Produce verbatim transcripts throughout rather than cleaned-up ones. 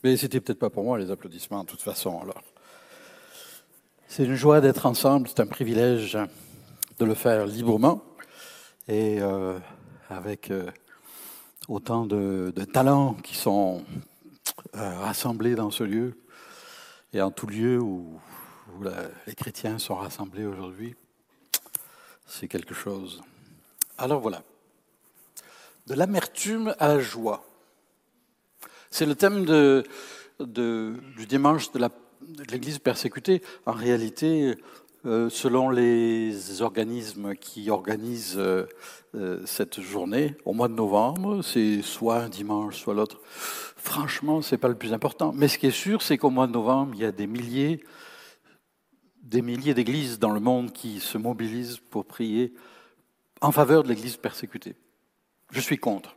Mais c'était peut-être pas pour moi les applaudissements, de toute façon. Alors, c'est une joie d'être ensemble, c'est un privilège de le faire librement et euh, avec euh, autant de, de talents qui sont euh, rassemblés dans ce lieu et en tout lieu où, où la, les chrétiens sont rassemblés aujourd'hui. C'est quelque chose. Alors voilà, de l'amertume à la joie. C'est le thème de, de, du dimanche de, la, de l'Église persécutée. En réalité, euh, selon les organismes qui organisent euh, euh, cette journée, au mois de novembre, c'est soit un dimanche, soit l'autre. Franchement, c'est pas le plus important. Mais ce qui est sûr, c'est qu'au mois de novembre, il y a des milliers, des milliers d'églises dans le monde qui se mobilisent pour prier en faveur de l'Église persécutée. Je suis contre.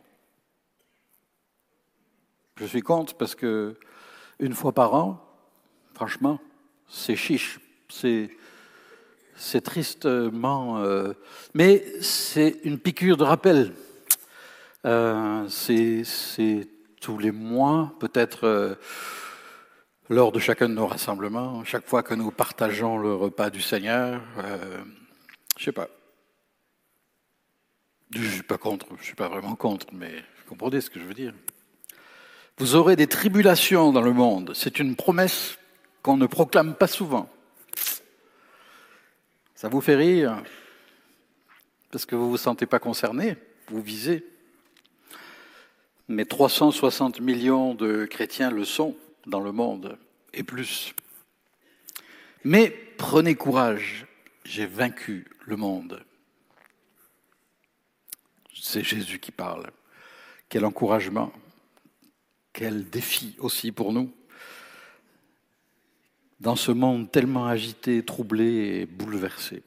Je suis contre parce que une fois par an, franchement, c'est chiche, c'est, c'est tristement, euh, mais c'est une piqûre de rappel. Euh, c'est, c'est tous les mois, peut-être euh, lors de chacun de nos rassemblements, chaque fois que nous partageons le repas du Seigneur, euh, je sais pas. Je suis pas contre, je suis pas vraiment contre, mais vous comprenez ce que je veux dire. Vous aurez des tribulations dans le monde. C'est une promesse qu'on ne proclame pas souvent. Ça vous fait rire parce que vous ne vous sentez pas concerné, vous visez. Mais trois cent soixante millions de chrétiens le sont dans le monde, et plus. Mais prenez courage, j'ai vaincu le monde. C'est Jésus qui parle. Quel encouragement! Quel défi aussi pour nous, dans ce monde tellement agité, troublé et bouleversé.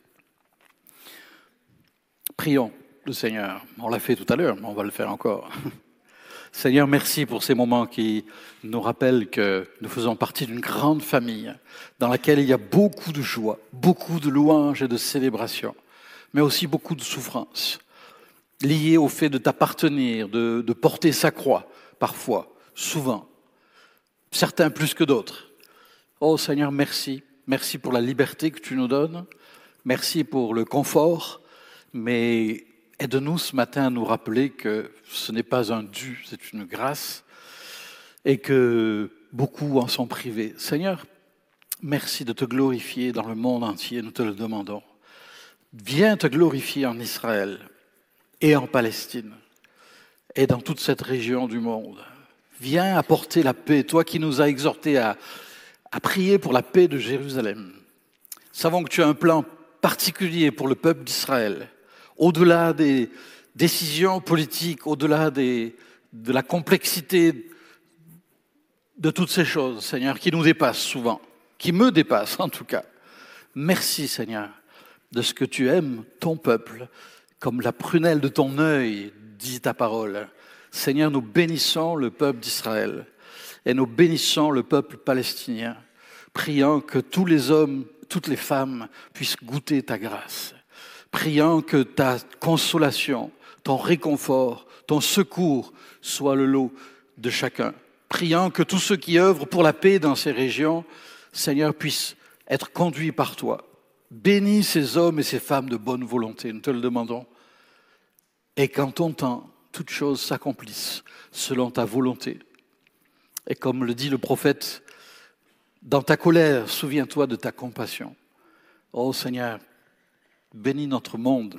Prions le Seigneur. On l'a fait tout à l'heure, mais on va le faire encore. Seigneur, merci pour ces moments qui nous rappellent que nous faisons partie d'une grande famille dans laquelle il y a beaucoup de joie, beaucoup de louanges et de célébrations, mais aussi beaucoup de souffrances, liées au fait de t'appartenir, de, de porter sa croix, parfois, souvent, certains plus que d'autres. Oh Seigneur, merci. Merci pour la liberté que tu nous donnes. Merci pour le confort. Mais aide-nous ce matin à nous rappeler que ce n'est pas un dû, c'est une grâce et que beaucoup en sont privés. Seigneur, merci de te glorifier dans le monde entier, nous te le demandons. Viens te glorifier en Israël et en Palestine et dans toute cette région du monde. Viens apporter la paix, toi qui nous as exhortés à, à prier pour la paix de Jérusalem. Savons que tu as un plan particulier pour le peuple d'Israël, au-delà des décisions politiques, au-delà des, de la complexité de toutes ces choses, Seigneur, qui nous dépassent souvent, qui me dépassent en tout cas. Merci, Seigneur, de ce que tu aimes ton peuple, comme la prunelle de ton œil, dit ta parole. Seigneur, nous bénissons le peuple d'Israël et nous bénissons le peuple palestinien, priant que tous les hommes, toutes les femmes puissent goûter ta grâce, priant que ta consolation, ton réconfort, ton secours soit le lot de chacun, priant que tous ceux qui œuvrent pour la paix dans ces régions, Seigneur, puissent être conduits par toi. Bénis ces hommes et ces femmes de bonne volonté, nous te le demandons, et qu'en ton temps, toutes choses s'accomplissent selon ta volonté. Et comme le dit le prophète, dans ta colère, souviens-toi de ta compassion. Oh Seigneur, bénis notre monde,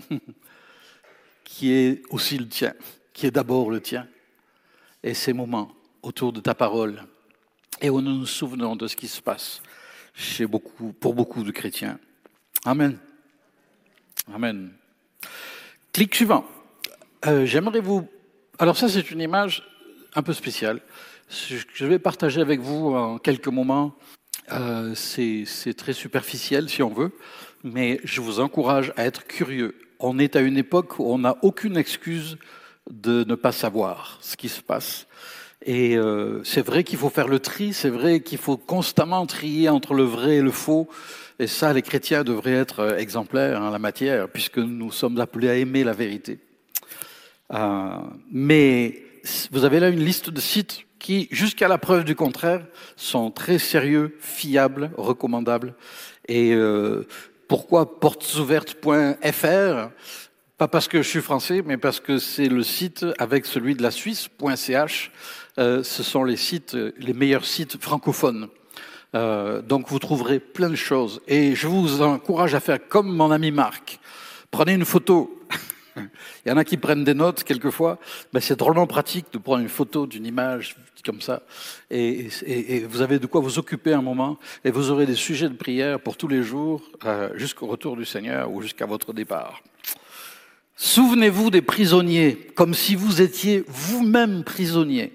qui est aussi le tien, qui est d'abord le tien. Et ces moments autour de ta parole, et où nous nous souvenons de ce qui se passe chez beaucoup, pour beaucoup de chrétiens. Amen. Amen. Clic suivant. Euh, j'aimerais vous... Alors ça, c'est une image un peu spéciale. Je vais partager avec vous en quelques moments. Euh, c'est, c'est très superficiel, si on veut, mais je vous encourage à être curieux. On est à une époque où on n'a aucune excuse de ne pas savoir ce qui se passe. Et euh, c'est vrai qu'il faut faire le tri, c'est vrai qu'il faut constamment trier entre le vrai et le faux. Et ça, les chrétiens devraient être exemplaires en la matière, puisque nous sommes appelés à aimer la vérité. Euh, mais vous avez là une liste de sites qui, jusqu'à la preuve du contraire, sont très sérieux, fiables, recommandables. Et euh, pourquoi portesouvertes point F R? Pas parce que je suis français, mais parce que c'est le site avec celui de la Suisse, .ch. Euh, ce sont les sites, les meilleurs sites francophones. Euh, donc vous trouverez plein de choses. Et je vous encourage à faire comme mon ami Marc. Prenez une photo. Il y en a qui prennent des notes quelquefois. Ben, c'est drôlement pratique de prendre une photo d'une image comme ça. Et, et, et vous avez de quoi vous occuper un moment. Et vous aurez des sujets de prière pour tous les jours, euh, jusqu'au retour du Seigneur ou jusqu'à votre départ. Souvenez-vous des prisonniers, comme si vous étiez vous-même prisonnier,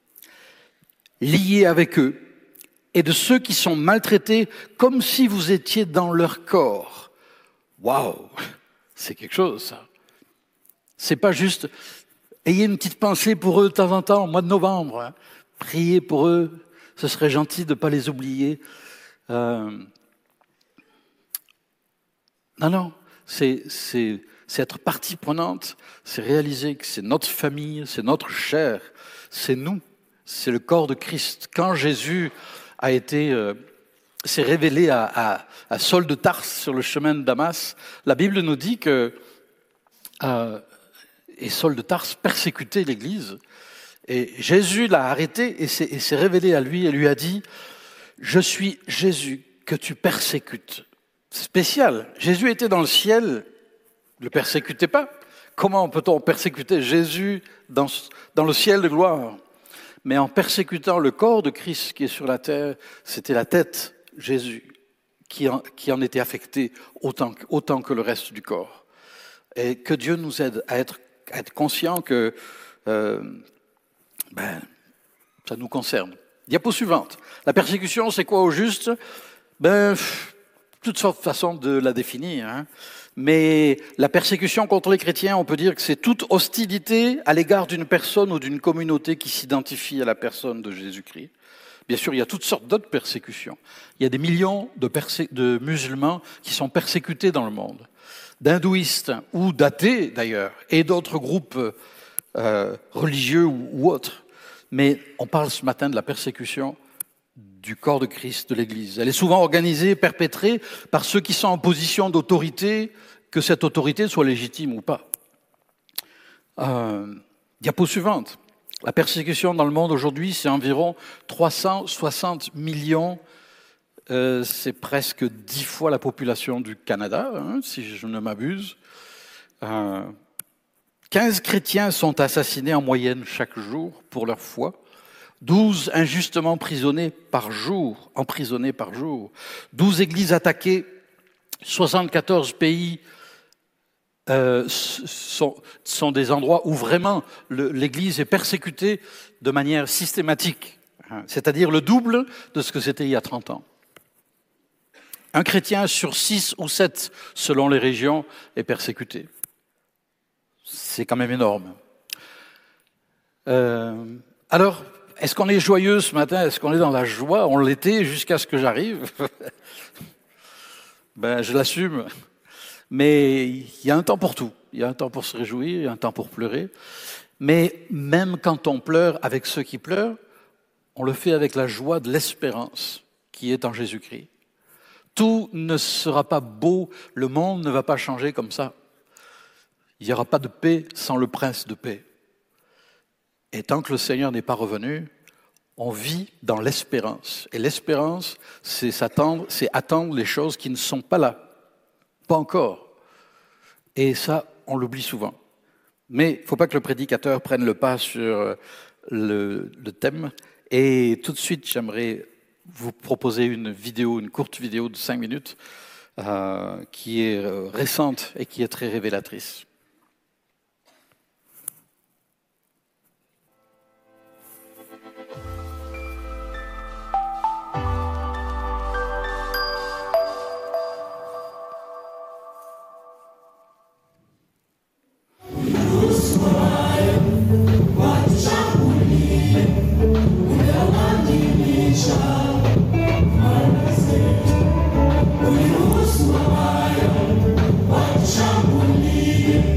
liés avec eux, et de ceux qui sont maltraités, comme si vous étiez dans leur corps. Waouh, c'est quelque chose, ça. C'est pas juste, ayez une petite pensée pour eux de temps en temps, au mois de novembre. Hein. Priez pour eux, ce serait gentil de ne pas les oublier. Euh... Non, non, c'est, c'est, c'est être partie prenante, c'est réaliser que c'est notre famille, c'est notre chair, c'est nous, c'est le corps de Christ. Quand Jésus a été, euh, s'est révélé à, à, à Saul de Tarse sur le chemin de Damas, la Bible nous dit que euh, et Saul de Tarse persécutait l'Église. Et Jésus l'a arrêté et s'est, et s'est révélé à lui et lui a dit « Je suis Jésus que tu persécutes ». Spécial. Jésus était dans le ciel, ne le persécutez pas. Comment peut-on persécuter Jésus dans, dans le ciel de gloire? Mais en persécutant le corps de Christ qui est sur la terre, c'était la tête, Jésus, qui en, qui en était affecté autant, autant que le reste du corps. Et que Dieu nous aide à être, à être conscients que euh, ben, ça nous concerne. Diapo suivante. La persécution, c'est quoi au juste? Ben, toutes sortes de façons de la définir. Hein. Mais la persécution contre les chrétiens, on peut dire que c'est toute hostilité à l'égard d'une personne ou d'une communauté qui s'identifie à la personne de Jésus-Christ. Bien sûr, il y a toutes sortes d'autres persécutions. Il y a des millions de, persé- de musulmans qui sont persécutés dans le monde, d'hindouistes ou d'athées d'ailleurs, et d'autres groupes euh, religieux ou, ou autres. Mais on parle ce matin de la persécution du corps de Christ, de l'Église. Elle est souvent organisée, perpétrée par ceux qui sont en position d'autorité, que cette autorité soit légitime ou pas. Euh, diapo suivante. La persécution dans le monde aujourd'hui, c'est environ trois cent soixante millions. Euh, c'est presque dix fois la population du Canada, hein, si je ne m'abuse. Euh, quinze chrétiens sont assassinés en moyenne chaque jour pour leur foi. douze injustement emprisonnés par jour, emprisonnés par jour, douze églises attaquées, soixante-quatorze pays euh, sont, sont des endroits où vraiment le, l'Église est persécutée de manière systématique, hein, c'est-à-dire le double de ce que c'était il y a trente ans. Un chrétien sur six ou sept, selon les régions, est persécuté. C'est quand même énorme. Euh, alors, est-ce qu'on est joyeux ce matin? Est-ce qu'on est dans la joie? On l'était jusqu'à ce que j'arrive. Ben, je l'assume. Mais il y a un temps pour tout. Il y a un temps pour se réjouir, il y a un temps pour pleurer. Mais même quand on pleure avec ceux qui pleurent, on le fait avec la joie de l'espérance qui est en Jésus-Christ. Tout ne sera pas beau, le monde ne va pas changer comme ça. Il n'y aura pas de paix sans le prince de paix. Et tant que le Seigneur n'est pas revenu, on vit dans l'espérance. Et l'espérance, c'est s'attendre, c'est attendre les choses qui ne sont pas là. Pas encore. Et ça, on l'oublie souvent. Mais il ne faut pas que le prédicateur prenne le pas sur le, le thème. Et tout de suite, j'aimerais vous proposer une vidéo, une courte vidéo de cinq minutes, euh, qui est récente et qui est très révélatrice. What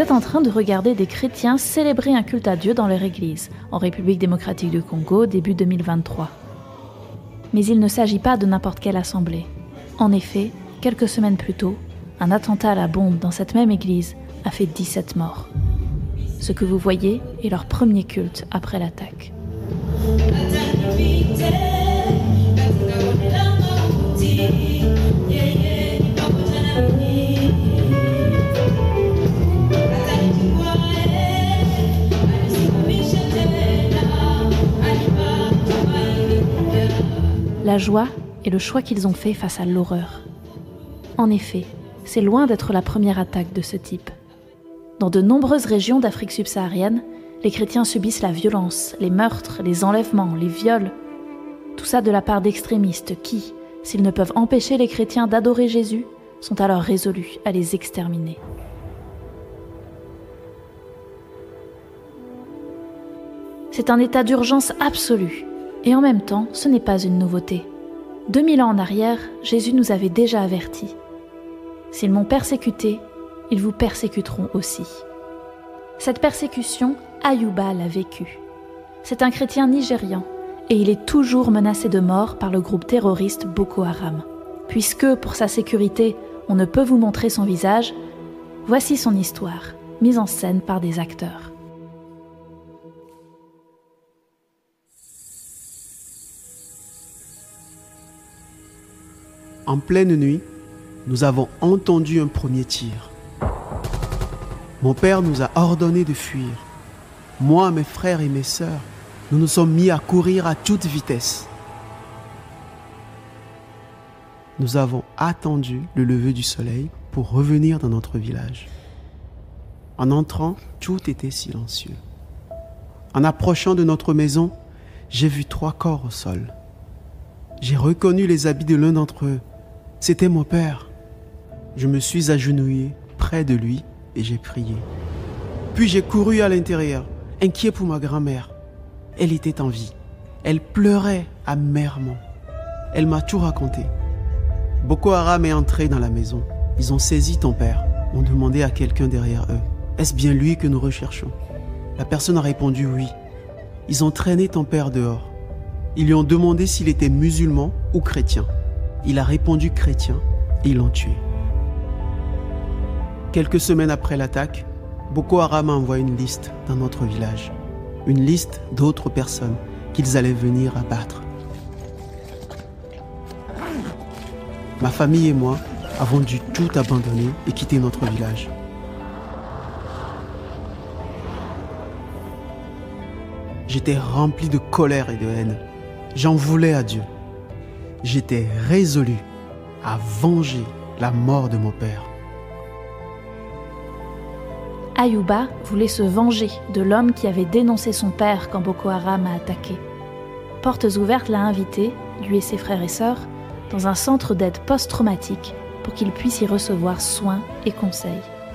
êtes en train de regarder des chrétiens célébrer un culte à Dieu dans leur église, en République démocratique du Congo, début deux mille vingt-trois. Mais il ne s'agit pas de n'importe quelle assemblée. En effet, quelques semaines plus tôt, un attentat à la bombe dans cette même église a fait dix-sept morts. Ce que vous voyez est leur premier culte après l'attaque. La joie est le choix qu'ils ont fait face à l'horreur. En effet, c'est loin d'être la première attaque de ce type. Dans de nombreuses régions d'Afrique subsaharienne, les chrétiens subissent la violence, les meurtres, les enlèvements, les viols. Tout ça de la part d'extrémistes qui, s'ils ne peuvent empêcher les chrétiens d'adorer Jésus, sont alors résolus à les exterminer. C'est un état d'urgence absolu. Et en même temps, ce n'est pas une nouveauté. deux mille ans en arrière, Jésus nous avait déjà avertis. S'ils m'ont persécuté, ils vous persécuteront aussi. Cette persécution, Ayuba l'a vécue. C'est un chrétien nigérian et il est toujours menacé de mort par le groupe terroriste Boko Haram. Puisque, pour sa sécurité, on ne peut vous montrer son visage, voici son histoire, mise en scène par des acteurs. En pleine nuit, nous avons entendu un premier tir. Mon père nous a ordonné de fuir. Moi, mes frères et mes sœurs, nous nous sommes mis à courir à toute vitesse. Nous avons attendu le lever du soleil pour revenir dans notre village. En entrant, tout était silencieux. En approchant de notre maison, j'ai vu trois corps au sol. J'ai reconnu les habits de l'un d'entre eux. C'était mon père. Je me suis agenouillé près de lui et j'ai prié. Puis j'ai couru à l'intérieur, inquiet pour ma grand-mère. Elle était en vie. Elle pleurait amèrement. Elle m'a tout raconté. Boko Haram est entré dans la maison. Ils ont saisi ton père, ont demandé à quelqu'un derrière eux. Est-ce bien lui que nous recherchons? La personne a répondu oui. Ils ont traîné ton père dehors. Ils lui ont demandé s'il était musulman ou chrétien. Il a répondu chrétien et ils l'ont tué. Quelques semaines après l'attaque, Boko Haram a envoyé une liste dans notre village. Une liste d'autres personnes qu'ils allaient venir abattre. Ma famille et moi avons dû tout abandonner et quitter notre village. J'étais rempli de colère et de haine. J'en voulais à Dieu. J'étais résolu à venger la mort de mon père. Ayuba voulait se venger de l'homme qui avait dénoncé son père quand Boko Haram a attaqué. Portes Ouvertes l'a invité, lui et ses frères et sœurs, dans un centre d'aide post-traumatique pour qu'il puisse y recevoir soins et conseils.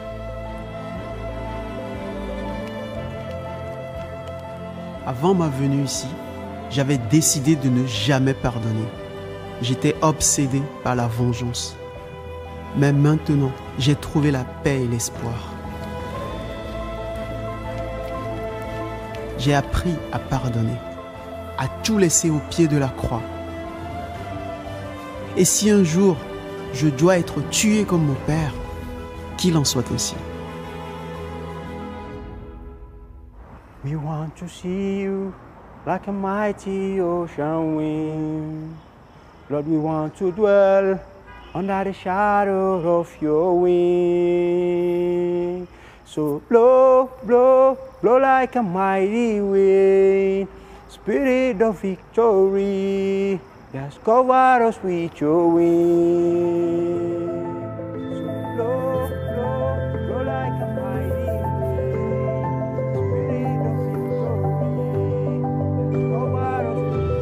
Avant ma venue ici, j'avais décidé de ne jamais pardonner. J'étais obsédé par la vengeance. Mais maintenant, j'ai trouvé la paix et l'espoir. J'ai appris à pardonner, à tout laisser au pied de la croix. Et si un jour, je dois être tué comme mon père, qu'il en soit ainsi. We want to see you like a mighty ocean wind. Lord, we want to dwell under the shadow of your wing. So blow, blow, blow like a mighty wind. Spirit of victory, just cover us with your wing. So blow, blow, blow like a mighty wind. Spirit of victory, just cover us with your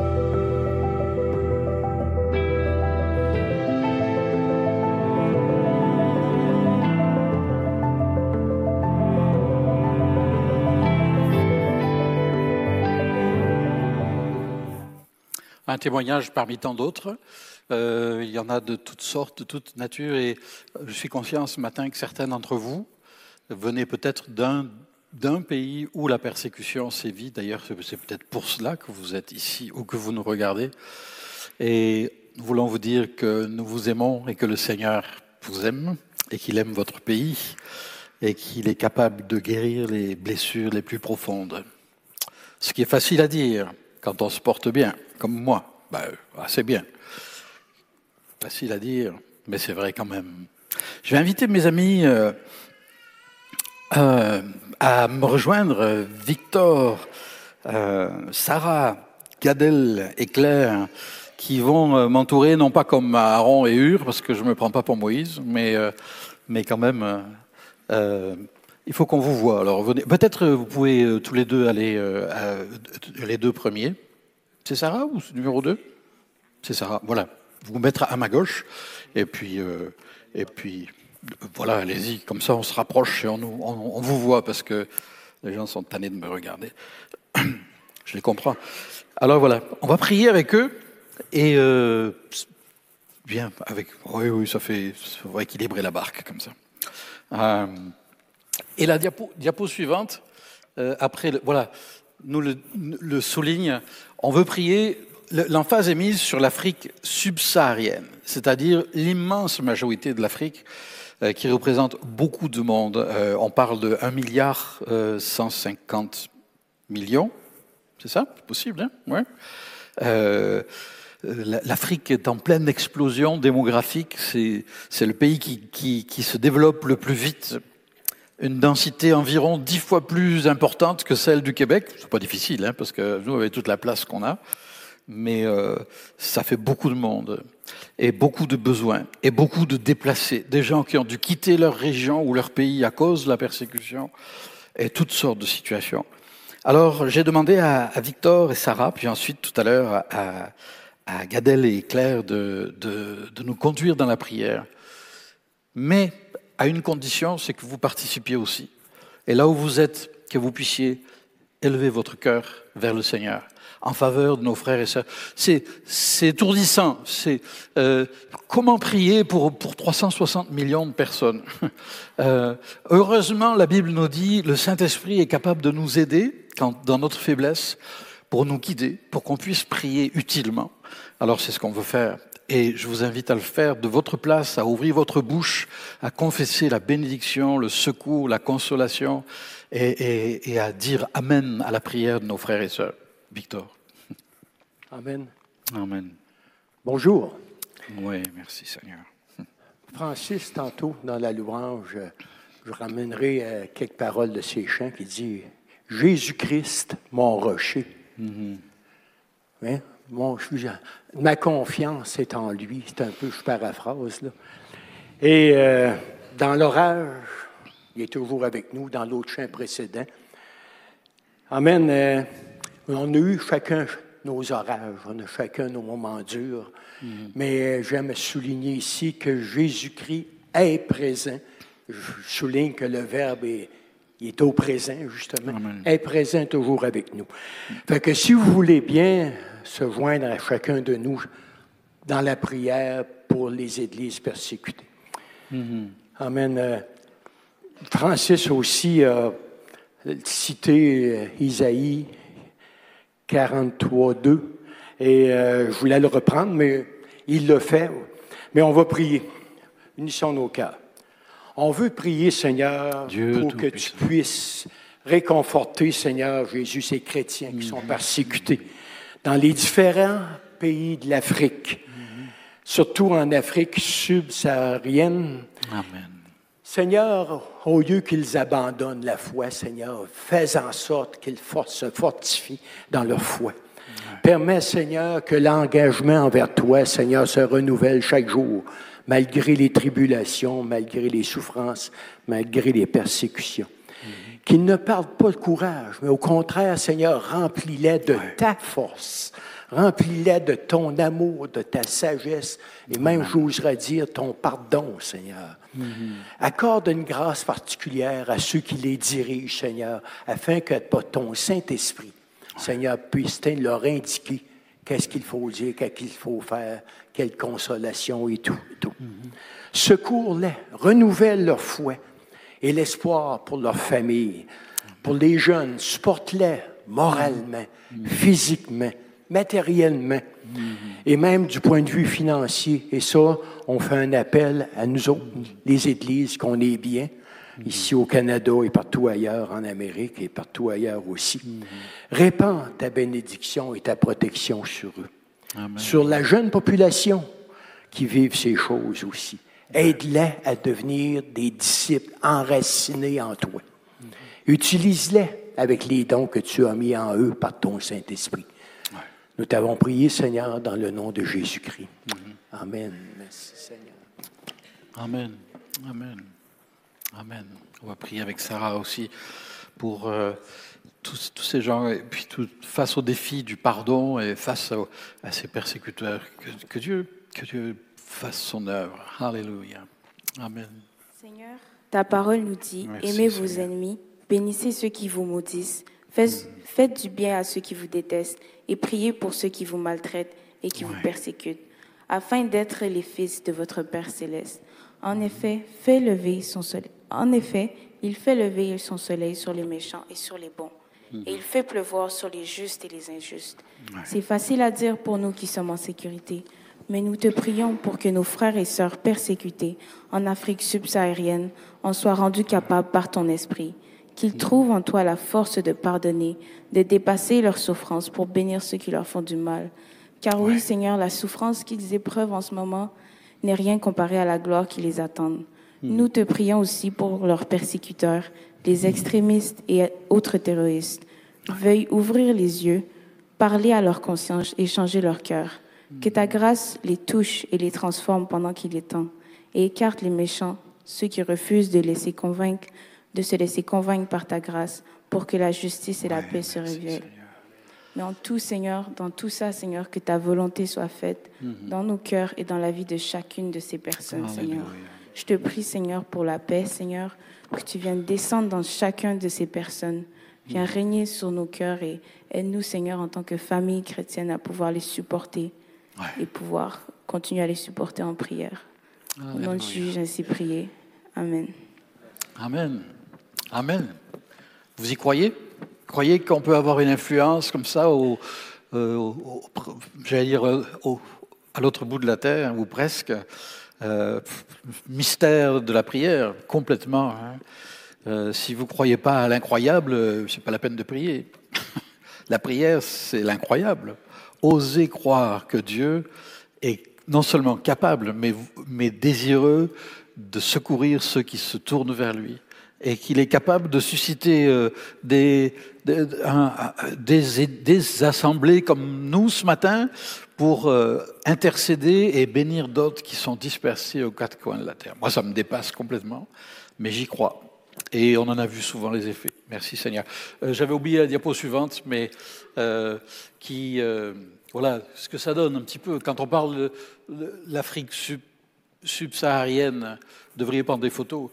Un témoignage parmi tant d'autres. Euh, il y en a de toutes sortes, de toute nature, et je suis confiant ce matin que certains d'entre vous venez peut-être d'un, d'un pays où la persécution sévit. D'ailleurs, c'est peut-être pour cela que vous êtes ici ou que vous nous regardez. Et nous voulons vous dire que nous vous aimons et que le Seigneur vous aime et qu'il aime votre pays et qu'il est capable de guérir les blessures les plus profondes. Ce qui est facile à dire quand on se porte bien, comme moi, ben, assez bien. Facile à dire, mais c'est vrai quand même. Je vais inviter mes amis euh, euh, à me rejoindre, Victor, euh, Sarah, Gadel et Claire, qui vont euh, m'entourer, non pas comme Aaron et Hur, parce que je ne me prends pas pour Moïse, mais, euh, mais quand même, euh, euh, il faut qu'on vous voie. Alors, venez. Peut-être vous pouvez euh, tous les deux aller, euh, à, les deux premiers. C'est Sarah ou c'est numéro deux? C'est Sarah, voilà. Vous vous mettrez à ma gauche, et puis, euh, et puis voilà, allez-y, comme ça on se rapproche et on, on, on vous voit, parce que les gens sont tannés de me regarder. Je les comprends. Alors voilà, on va prier avec eux, et euh, bien, avec, oui, oui, ça fait, ça va équilibrer la barque, comme ça. Euh, et la diapo, diapo suivante, euh, après, le, voilà, nous le, le souligne, on veut prier. L'emphase est mise sur l'Afrique subsaharienne, c'est-à-dire l'immense majorité de l'Afrique euh, qui représente beaucoup de monde. Euh, on parle de un milliard cent cinquante millions, c'est ça? C'est possible, hein? Ouais. Euh, L'Afrique est en pleine explosion démographique, c'est, c'est le pays qui, qui, qui se développe le plus vite. Une densité environ dix fois plus importante que celle du Québec. C'est pas difficile, hein, parce que nous, avec toute la place qu'on a. Mais euh, ça fait beaucoup de monde, et beaucoup de besoins, et beaucoup de déplacés, des gens qui ont dû quitter leur région ou leur pays à cause de la persécution, et toutes sortes de situations. Alors, j'ai demandé à, à Victor et Sarah, puis ensuite tout à l'heure à, à Gadel et Claire de, de, de nous conduire dans la prière. Mais à une condition, c'est que vous participiez aussi. Et là où vous êtes, que vous puissiez élever votre cœur vers le Seigneur, en faveur de nos frères et sœurs. C'est, c'est étourdissant. C'est, euh, comment prier pour, pour trois cent soixante millions de personnes? euh, Heureusement, la Bible nous dit, le Saint-Esprit est capable de nous aider quand, dans notre faiblesse, pour nous guider, pour qu'on puisse prier utilement. Alors c'est ce qu'on veut faire. Et je vous invite à le faire de votre place, à ouvrir votre bouche, à confesser la bénédiction, le secours, la consolation, et, et, et à dire Amen à la prière de nos frères et sœurs. Victor. Amen. Amen. Bonjour. Oui, merci Seigneur. Francis, tantôt, dans la louange, je ramènerai euh, quelques paroles de ces chants qui disent « Jésus-Christ, mon rocher. Mm-hmm. » Hein? Mon, je, ma confiance est en lui. C'est un peu, je paraphrase, là. Et euh, dans l'orage, il est toujours avec nous, dans l'autre chant précédent. Amen. Euh, on a eu chacun nos orages, on a chacun nos moments durs. Mm-hmm. Mais j'aime souligner ici que Jésus-Christ est présent. Je souligne que le verbe est, il est au présent, justement. Amen. Est présent toujours avec nous. Fait que si vous voulez bien se joindre à chacun de nous dans la prière pour les églises persécutées. Mm-hmm. Amen. Euh, Francis aussi a cité euh, Isaïe quarante-trois, deux, et euh, je voulais le reprendre, mais il le fait. Mais on va prier. Unissons nos cœurs. On veut prier, Seigneur, Dieu pour que puissant. Tu puisses réconforter, Seigneur Jésus, ces chrétiens qui mm-hmm. sont persécutés dans les différents pays de l'Afrique, mm-hmm. surtout en Afrique subsaharienne. Amen. Seigneur, au lieu qu'ils abandonnent la foi, Seigneur, fais en sorte qu'ils se fortifient dans leur foi. Amen. Permets, Seigneur, que l'engagement envers toi, Seigneur, se renouvelle chaque jour, malgré les tribulations, malgré les souffrances, malgré les persécutions. Mm-hmm. Qu'ils ne perdent pas de courage, mais au contraire, Seigneur, remplis-les de ouais. ta force, remplis-les de ton amour, de ta sagesse, et même, Amen. J'oserais dire, ton pardon, Seigneur. Mm-hmm. Accorde une grâce particulière à ceux qui les dirigent, Seigneur, afin que ton Saint-Esprit, ouais. Seigneur, puisse leur indiquer qu'est-ce qu'il faut dire, qu'est-ce qu'il faut faire, quelle consolation et tout. Et tout. Mm-hmm. Secours-les, renouvelle leur foi et l'espoir pour leur famille, pour les jeunes. Supporte-les moralement, physiquement, matériellement, et même du point de vue financier. Et ça, on fait un appel à nous autres, les églises, qu'on est bien, ici au Canada et partout ailleurs, en Amérique et partout ailleurs aussi. Répands ta bénédiction et ta protection sur eux, Amen. Sur la jeune population qui vivent ces choses aussi. Aide-les à devenir des disciples enracinés en toi. Utilise-les avec les dons que tu as mis en eux par ton Saint-Esprit. Ouais. Nous t'avons prié, Seigneur, dans le nom de Jésus-Christ. Mm-hmm. Amen. Merci, Seigneur. Amen. Amen. Amen. On va prier avec Sarah aussi pour euh, tous, tous ces gens, et puis tout, face au défi du pardon et face au, à ces persécuteurs, que, que Dieu, que Dieu fasse son œuvre. Alléluia. Amen. Seigneur, ta parole nous dit, merci, aimez vos Seigneur. Ennemis, bénissez ceux qui vous maudissent, faites, mm. faites du bien à ceux qui vous détestent et priez pour ceux qui vous maltraitent et qui ouais. vous persécutent, afin d'être les fils de votre Père céleste. En effet, fait lever son soleil. En effet, il fait lever son soleil sur les méchants et sur les bons, mm. et il fait pleuvoir sur les justes et les injustes. Ouais. C'est facile à dire pour nous qui sommes en sécurité, mais nous te prions pour que nos frères et sœurs persécutés en Afrique subsaharienne en soient rendus capables par ton esprit, qu'ils trouvent en toi la force de pardonner, de dépasser leurs souffrances pour bénir ceux qui leur font du mal. Car oui, ouais. Seigneur, la souffrance qu'ils éprouvent en ce moment n'est rien comparé à la gloire qui les attend. Mm. Nous te prions aussi pour leurs persécuteurs, les extrémistes et autres terroristes. Veuille ouvrir les yeux, parler à leur conscience et changer leur cœur. Que ta grâce les touche et les transforme pendant qu'il est temps, et écarte les méchants, ceux qui refusent de, laisser convaincre, de se laisser convaincre par ta grâce, pour que la justice et la ouais, paix se révèlent. Mais en tout, Seigneur, dans tout ça, Seigneur, que ta volonté soit faite mm-hmm. dans nos cœurs et dans la vie de chacune de ces personnes, Alléluia. Seigneur. Je te prie, Seigneur, pour la paix, Seigneur, que tu viennes descendre dans chacun de ces personnes. Viens mm-hmm. régner sur nos cœurs et aide-nous, Seigneur, en tant que famille chrétienne, à pouvoir les supporter. Ouais. Et pouvoir continuer à les supporter en prière. Alléluia. Au nom de Jésus, j'ai ainsi prié. Amen. Amen. Amen. Vous y croyez? Croyez qu'on peut avoir une influence comme ça au, euh, au, au j'allais dire au, à l'autre bout de la terre, ou presque. Euh, mystère de la prière, complètement. Hein. Euh, si vous ne croyez pas à l'incroyable, c'est pas la peine de prier. La prière, c'est l'incroyable. Osez croire que Dieu est non seulement capable, mais, mais désireux de secourir ceux qui se tournent vers lui, et qu'il est capable de susciter euh, des, des, un, des, des assemblées comme nous ce matin pour euh, intercéder et bénir d'autres qui sont dispersés aux quatre coins de la terre. Moi, ça me dépasse complètement, mais j'y crois. Et on en a vu souvent les effets. Merci Seigneur. Euh, j'avais oublié la diapo suivante, mais euh, qui, euh, voilà, ce que ça donne un petit peu. Quand on parle de, de l'Afrique sub, subsaharienne, vous devriez prendre des photos.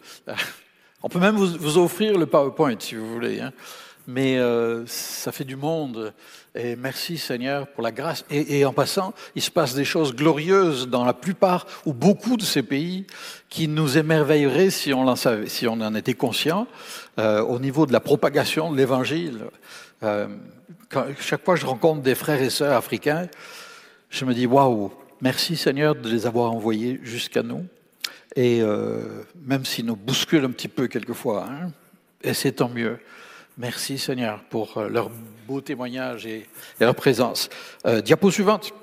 On peut même vous, vous offrir le PowerPoint si vous voulez. Hein. Mais euh, ça fait du monde. Et merci Seigneur pour la grâce. Et, et en passant, il se passe des choses glorieuses dans la plupart ou beaucoup de ces pays qui nous émerveilleraient si on en savait, si on en était conscient euh, au niveau de la propagation de l'Évangile. Euh, quand, chaque fois que je rencontre des frères et sœurs africains, je me dis waouh, merci Seigneur de les avoir envoyés jusqu'à nous. Et euh, même s'ils nous bousculent un petit peu quelquefois, hein, et c'est tant mieux. Merci Seigneur pour leur beau témoignage et, et leur présence. Euh, diapo suivante.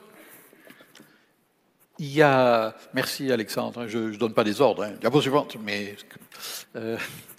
Il y a, merci Alexandre, je ne donne pas des ordres. Hein. Diapo suivante, mais euh,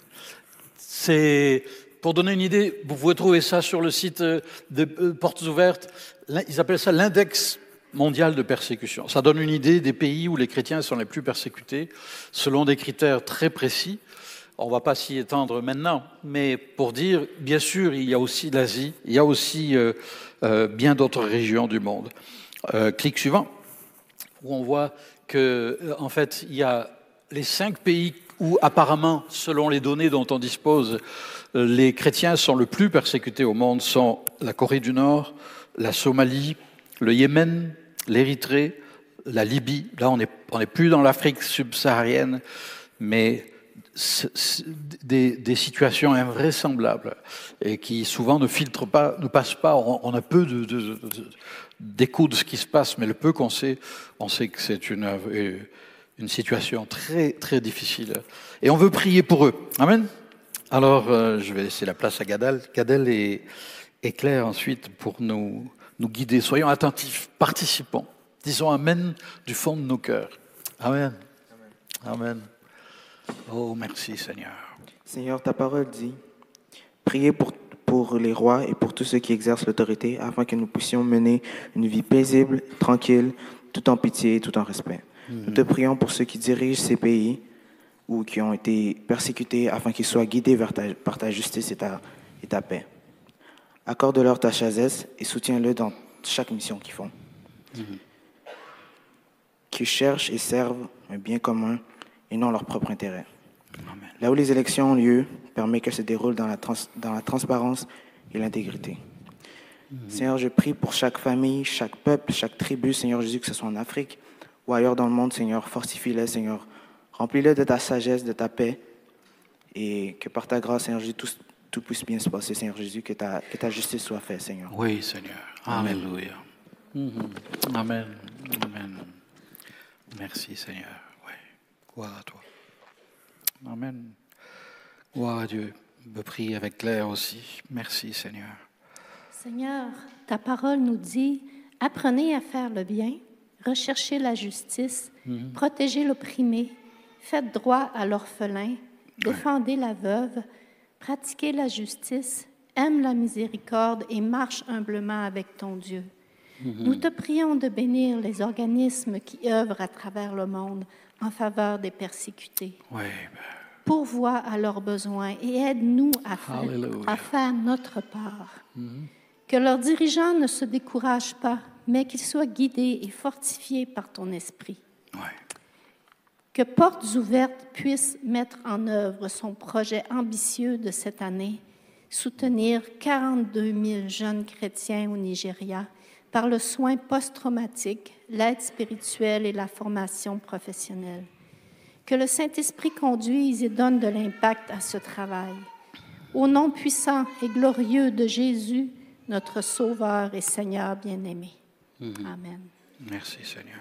c'est pour donner une idée. Vous pouvez trouver ça sur le site de euh, Portes Ouvertes. Ils appellent ça l'index mondial de persécution. Ça donne une idée des pays où les chrétiens sont les plus persécutés, selon des critères très précis. On ne va pas s'y étendre maintenant, mais pour dire, bien sûr, il y a aussi l'Asie, il y a aussi euh, euh, bien d'autres régions du monde. Euh, clic suivant, où on voit que, en fait, il y a les cinq pays où, apparemment, selon les données dont on dispose, les chrétiens sont le plus persécutés au monde, sont la Corée du Nord, la Somalie, le Yémen, l'Érythrée, la Libye. Là, on n'est on n'est plus dans l'Afrique subsaharienne, mais des, des situations invraisemblables et qui souvent ne filtrent pas, ne passent pas. On, on a peu de, de, de, d'écho de ce qui se passe, mais le peu qu'on sait, on sait que c'est une, une situation très, très difficile. Et on veut prier pour eux. Amen. Alors, euh, je vais laisser la place à Gadel, Gadel et, et Claire ensuite pour nous, nous guider. Soyons attentifs, participons. Disons Amen du fond de nos cœurs. Amen. Amen. Amen. Oh, merci Seigneur. Seigneur, ta parole dit, priez pour, pour les rois et pour tous ceux qui exercent l'autorité, afin que nous puissions mener une vie paisible, tranquille, tout en pitié et tout en respect. Mm-hmm. Nous te prions pour ceux qui dirigent ces pays ou qui ont été persécutés, afin qu'ils soient guidés vers ta, par ta justice et ta, et ta paix. Accorde-leur ta sagesse et soutiens-le dans chaque mission qu'ils font. Mm-hmm. Qu'ils cherchent et servent un bien commun et non leur propre intérêt. Amen. Là où les élections ont lieu, permet qu'elles se déroulent dans la, trans, dans la transparence et l'intégrité. Mm-hmm. Seigneur, je prie pour chaque famille, chaque peuple, chaque tribu, Seigneur Jésus, que ce soit en Afrique ou ailleurs dans le monde, Seigneur, fortifie-les, Seigneur. Remplis-les de ta sagesse, de ta paix, et que par ta grâce, Seigneur Jésus, tout, tout puisse bien se passer, Seigneur Jésus, que ta, que ta justice soit faite, Seigneur. Oui, Seigneur. Amen. Alléluia. Mm-hmm. Amen. Amen. Merci, Seigneur. Gloire à toi. Amen. Gloire à Dieu. Je prie avec Claire aussi. Merci, Seigneur. Seigneur, ta parole nous dit, apprenez à faire le bien, recherchez la justice, mm-hmm. protégez l'opprimé, faites droit à l'orphelin, défendez ouais. la veuve, pratiquez la justice, aime la miséricorde et marche humblement avec ton Dieu. Mm-hmm. Nous te prions de bénir les organismes qui œuvrent à travers le monde en faveur des persécutés. Oui. Pourvois à leurs besoins et aide-nous à faire, à faire notre part. Mm-hmm. Que leurs dirigeants ne se découragent pas, mais qu'ils soient guidés et fortifiés par ton esprit. Oui. Que Portes Ouvertes puisse mettre en œuvre son projet ambitieux de cette année, soutenir quarante-deux mille jeunes chrétiens au Nigeria par le soin post-traumatique, l'aide spirituelle et la formation professionnelle. Que le Saint-Esprit conduise et donne de l'impact à ce travail. Au nom puissant et glorieux de Jésus, notre Sauveur et Seigneur bien-aimé. Mmh. Amen. Merci Seigneur.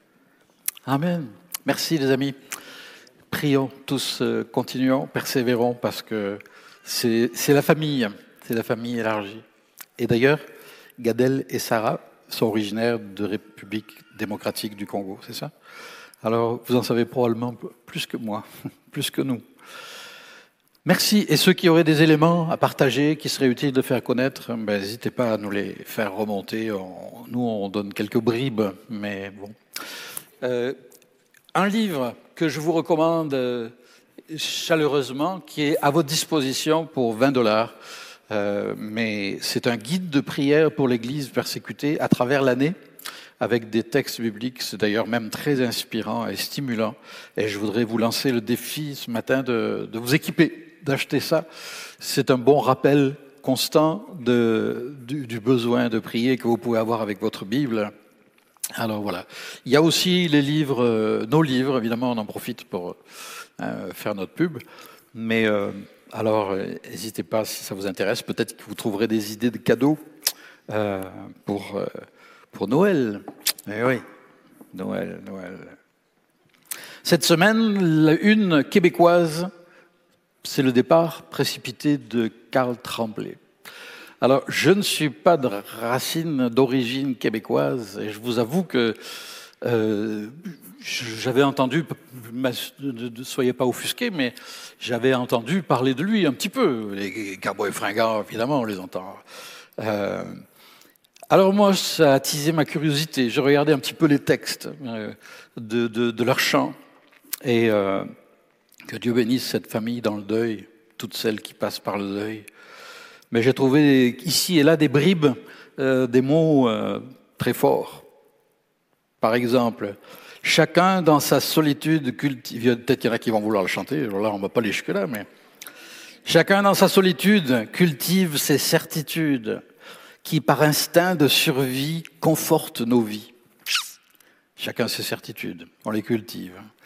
Amen. Merci les amis. Prions tous, euh, continuons, persévérons parce que c'est, c'est la famille, c'est la famille élargie. Et d'ailleurs, Gadel et Sarah sont originaires de République démocratique du Congo, c'est ça? Alors, vous en savez probablement plus que moi, plus que nous. Merci. Et ceux qui auraient des éléments à partager, qui seraient utiles de faire connaître, ben, n'hésitez pas à nous les faire remonter. On, nous, on donne quelques bribes, mais bon. Euh, un livre que je vous recommande chaleureusement, qui est à votre disposition pour vingt dollars. Euh, mais c'est un guide de prière pour l'Église persécutée à travers l'année, avec des textes bibliques. C'est d'ailleurs même très inspirant et stimulant. Et je voudrais vous lancer le défi ce matin de, de vous équiper, d'acheter ça. C'est un bon rappel constant de, du, du besoin de prier que vous pouvez avoir avec votre Bible. Alors voilà. Il y a aussi les livres, euh, nos livres, évidemment, on en profite pour euh, faire notre pub. Mais... Euh, Alors, n'hésitez pas si ça vous intéresse. Peut-être que vous trouverez des idées de cadeaux euh, pour, euh, pour Noël. Eh oui, Noël, Noël. Cette semaine, la une québécoise, c'est le départ précipité de Carl Tremblay. Alors, je ne suis pas de racine, d'origine québécoise, et je vous avoue que euh, j'avais entendu, ne soyez pas offusqués, mais j'avais entendu parler de lui un petit peu. Les cowboys fringants, évidemment, on les entend. Euh, alors moi, ça a attisé ma curiosité. Je regardais un petit peu les textes euh, de, de, de leurs chants. Et euh, que Dieu bénisse cette famille dans le deuil, toutes celles qui passent par le deuil. Mais j'ai trouvé ici et là des bribes, euh, des mots euh, très forts. Par exemple... Chacun dans sa solitude cultive... Peut-être qu'il y en a qui vont vouloir le chanter, alors là on ne va pas aller jusque-là, mais... Chacun dans sa solitude cultive ses certitudes qui, par instinct de survie, confortent nos vies. Chacun ses certitudes, on les cultive.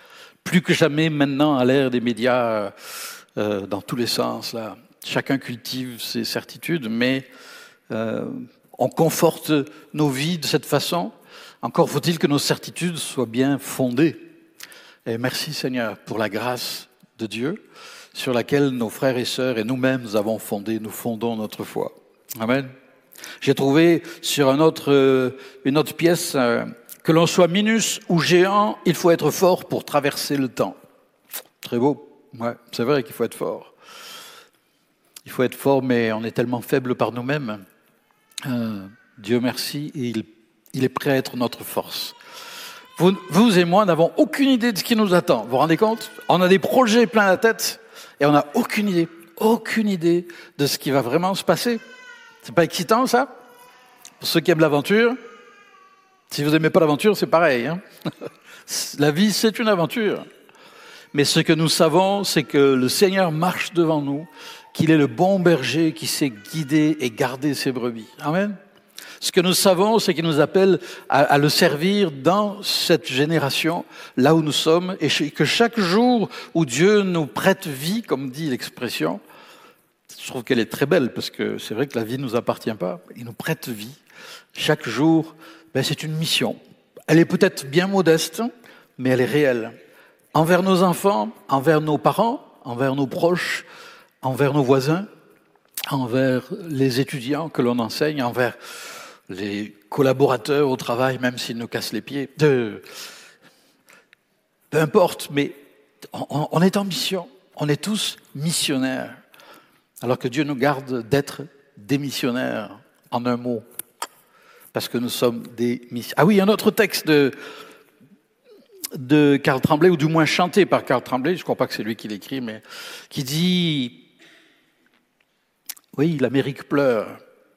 plus que jamais maintenant à l'ère des médias euh, dans tous les sens. Là, chacun cultive ses certitudes, mais euh, on conforte nos vies de cette façon. Encore faut-il que nos certitudes soient bien fondées. Et merci Seigneur pour la grâce de Dieu sur laquelle nos frères et sœurs et nous-mêmes nous avons fondé, nous fondons notre foi. Amen. J'ai trouvé sur un autre, euh, une autre pièce, euh, que l'on soit minus ou géant, il faut être fort pour traverser le temps. Très beau. Ouais, c'est vrai qu'il faut être fort. Il faut être fort, mais on est tellement faible par nous-mêmes. Euh, Dieu merci, et il, il est prêt à être notre force. Vous, vous et moi n'avons aucune idée de ce qui nous attend. Vous vous rendez compte? On a des projets plein la tête et on n'a aucune idée, aucune idée de ce qui va vraiment se passer. C'est pas excitant, ça? Pour ceux qui aiment l'aventure, si vous n'aimez pas l'aventure, c'est pareil. Hein. La vie, c'est une aventure. Mais ce que nous savons, c'est que le Seigneur marche devant nous, qu'il est le bon berger qui sait guider et garder ses brebis. Amen. Ce que nous savons, c'est qu'il nous appelle à, à le servir dans cette génération, là où nous sommes, et que chaque jour où Dieu nous prête vie, comme dit l'expression, je trouve qu'elle est très belle, parce que c'est vrai que la vie ne nous appartient pas, il nous prête vie. Chaque jour, ben, c'est une mission. Elle est peut-être bien modeste, mais elle est réelle. Envers nos enfants, envers nos parents, envers nos proches, envers nos voisins, envers les étudiants que l'on enseigne, envers les collaborateurs au travail, même s'ils nous cassent les pieds. De... Peu importe, mais on, on est en mission. On est tous missionnaires. Alors que Dieu nous garde d'être des missionnaires, en un mot. Parce que nous sommes des missionnaires. Ah oui, un autre texte de, de Karl Tremblay, ou du moins chanté par Karl Tremblay, je ne crois pas que c'est lui qui l'écrit, mais qui dit... Oui, l'Amérique pleure.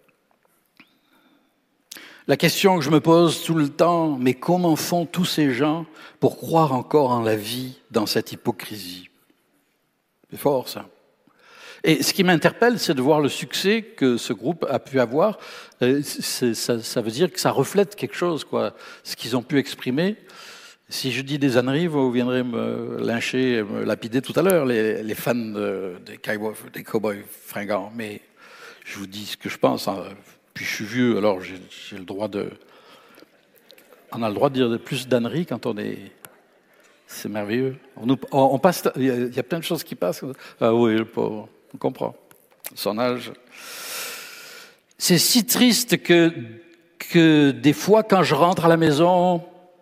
La question que je me pose tout le temps, mais comment font tous ces gens pour croire encore en la vie dans cette hypocrisie? C'est fort, ça. Et ce qui m'interpelle, c'est de voir le succès que ce groupe a pu avoir. C'est, ça, ça veut dire que ça reflète quelque chose, quoi, ce qu'ils ont pu exprimer. Si je dis des âneries, vous viendrez me lyncher, me lapider tout à l'heure, les, les fans de, des, cowboys, des cowboys fringants. Mais je vous dis ce que je pense. Hein. Puis je suis vieux, alors j'ai, j'ai le droit de... On a le droit de dire plus d'âneries quand on est... C'est merveilleux. On, nous, on, on passe... Il y, a, il y a plein de choses qui passent. Ah oui, le pauvre. On comprend. Son âge. C'est si triste que, que des fois, quand je rentre à la maison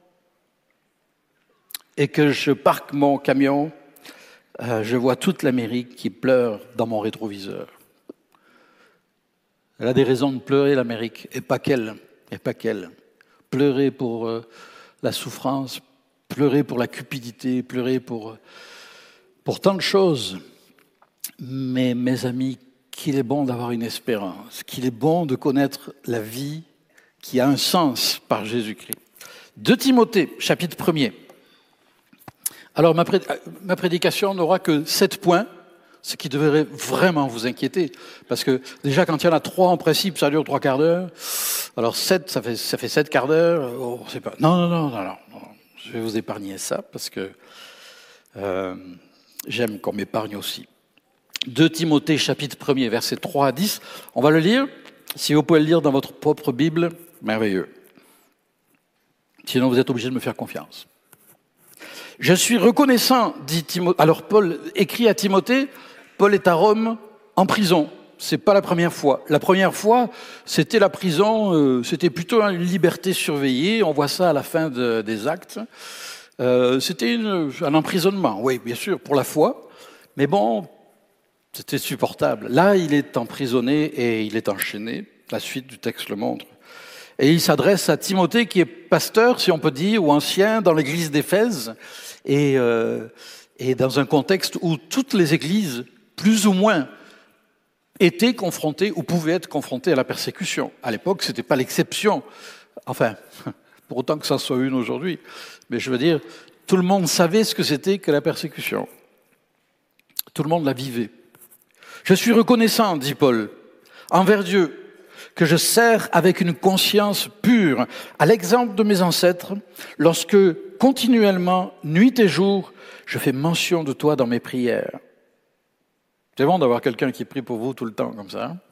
et que je parque mon camion, euh, je vois toute l'Amérique qui pleure dans mon rétroviseur. Elle a des raisons de pleurer, l'Amérique, et pas qu'elle. Et pas qu'elle. Pleurer pour euh, la souffrance, pleurer pour la cupidité, pleurer pour, pour tant de choses. Mais mes amis, qu'il est bon d'avoir une espérance, qu'il est bon de connaître la vie qui a un sens par Jésus-Christ. deux Timothée, chapitre premier. Alors ma, pré- ma prédication n'aura que sept points, ce qui devrait vraiment vous inquiéter. Parce que déjà, quand il y en a trois en principe, ça dure trois quarts d'heure. Alors sept, ça fait, ça fait sept quarts d'heure. Oh, c'est pas... Non, non, non, non, non, non. Je vais vous épargner ça parce que euh, j'aime qu'on m'épargne aussi. deux Timothée, chapitre premier, versets trois à dix. On va le lire. Si vous pouvez le lire dans votre propre Bible, merveilleux. Sinon, vous êtes obligé de me faire confiance. Je suis reconnaissant, dit Timothée. Alors, Paul écrit à Timothée, Paul est à Rome, en prison. C'est pas la première fois. La première fois, c'était la prison, euh, c'était plutôt une liberté surveillée. On voit ça à la fin de, des actes. Euh, c'était une, un emprisonnement, oui, bien sûr, pour la foi. Mais bon, c'était supportable. Là, il est emprisonné et il est enchaîné. La suite du texte le montre. Et il s'adresse à Timothée, qui est pasteur, si on peut dire, ou ancien, dans l'église d'Éphèse, et, euh, et dans un contexte où toutes les églises, plus ou moins, étaient confrontées ou pouvaient être confrontées à la persécution. À l'époque, c'était pas l'exception. Enfin, pour autant que ça soit une aujourd'hui. Mais je veux dire, tout le monde savait ce que c'était que la persécution. Tout le monde la vivait. Je suis reconnaissant, dit Paul, envers Dieu, que je sers avec une conscience pure, à l'exemple de mes ancêtres, lorsque continuellement, nuit et jour, je fais mention de toi dans mes prières. C'est bon d'avoir quelqu'un qui prie pour vous tout le temps comme ça. Hein?